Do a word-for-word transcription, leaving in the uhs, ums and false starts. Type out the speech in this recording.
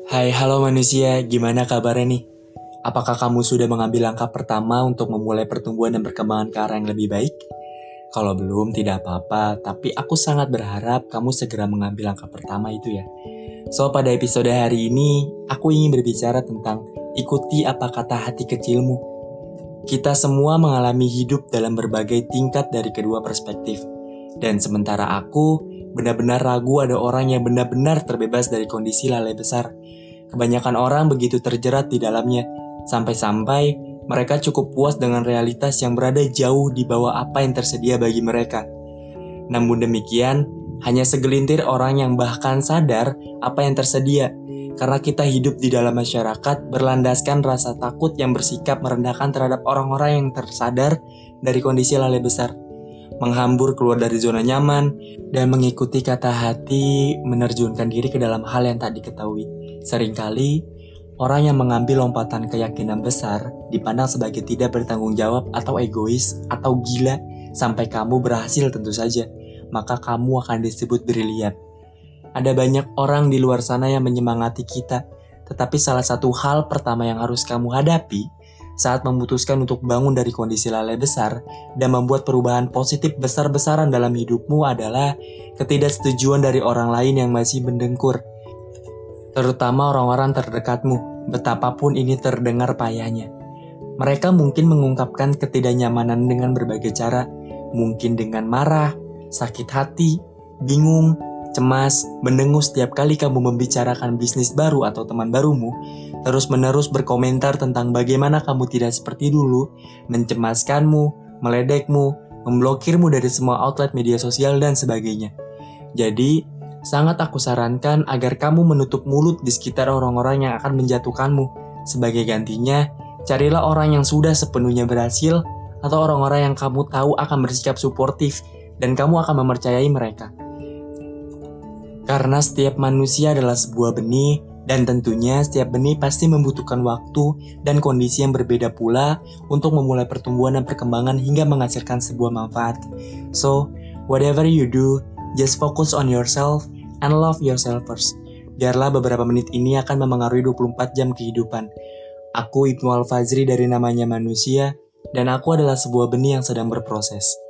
Hai, halo manusia, gimana kabarnya nih? Apakah kamu sudah mengambil langkah pertama untuk memulai pertumbuhan dan perkembangan ke arah yang lebih baik? Kalau belum, tidak apa-apa, tapi aku sangat berharap kamu segera mengambil langkah pertama itu ya. So, pada episode hari ini, aku ingin berbicara tentang ikuti apa kata hati kecilmu. Kita semua mengalami hidup dalam berbagai tingkat dari kedua perspektif. Dan sementara aku, benar-benar ragu ada orang yang benar-benar terbebas dari kondisi lalai besar. Kebanyakan orang begitu terjerat di dalamnya, sampai-sampai mereka cukup puas dengan realitas yang berada jauh di bawah apa yang tersedia bagi mereka. Namun demikian, hanya segelintir orang yang bahkan sadar apa yang tersedia, karena kita hidup di dalam masyarakat berlandaskan rasa takut yang bersikap merendahkan terhadap orang-orang yang tersadar dari kondisi lalai besar. Menghambur keluar dari zona nyaman, dan mengikuti kata hati menerjunkan diri ke dalam hal yang tak diketahui. Seringkali, orang yang mengambil lompatan keyakinan besar dipandang sebagai tidak bertanggung jawab atau egois atau gila. Sampai kamu berhasil tentu saja, maka kamu akan disebut brilian. Ada banyak orang di luar sana yang menyemangati kita, tetapi salah satu hal pertama yang harus kamu hadapi saat memutuskan untuk bangun dari kondisi lalai besar dan membuat perubahan positif besar-besaran dalam hidupmu adalah ketidaksetujuan dari orang lain yang masih mendengkur. Terutama orang-orang terdekatmu, betapapun ini terdengar payahnya. Mereka mungkin mengungkapkan ketidaknyamanan dengan berbagai cara, mungkin dengan marah, sakit hati, bingung, cemas, mendengus setiap kali kamu membicarakan bisnis baru atau teman barumu, terus-menerus berkomentar tentang bagaimana kamu tidak seperti dulu, mencemaskanmu, meledekmu, memblokirmu dari semua outlet media sosial dan sebagainya. Jadi, sangat aku sarankan agar kamu menutup mulut di sekitar orang-orang yang akan menjatuhkanmu. Sebagai gantinya, carilah orang yang sudah sepenuhnya berhasil atau orang-orang yang kamu tahu akan bersikap suportif dan kamu akan mempercayai mereka. Karena setiap manusia adalah sebuah benih dan tentunya setiap benih pasti membutuhkan waktu dan kondisi yang berbeda pula untuk memulai pertumbuhan dan perkembangan hingga menghasilkan sebuah manfaat. So, whatever you do, just focus on yourself and love yourself first. Biarlah beberapa menit ini akan memengaruhi dua puluh empat jam kehidupan. Aku Ibnu Al-Fazri dari Namanya Manusia, dan aku adalah sebuah benih yang sedang berproses.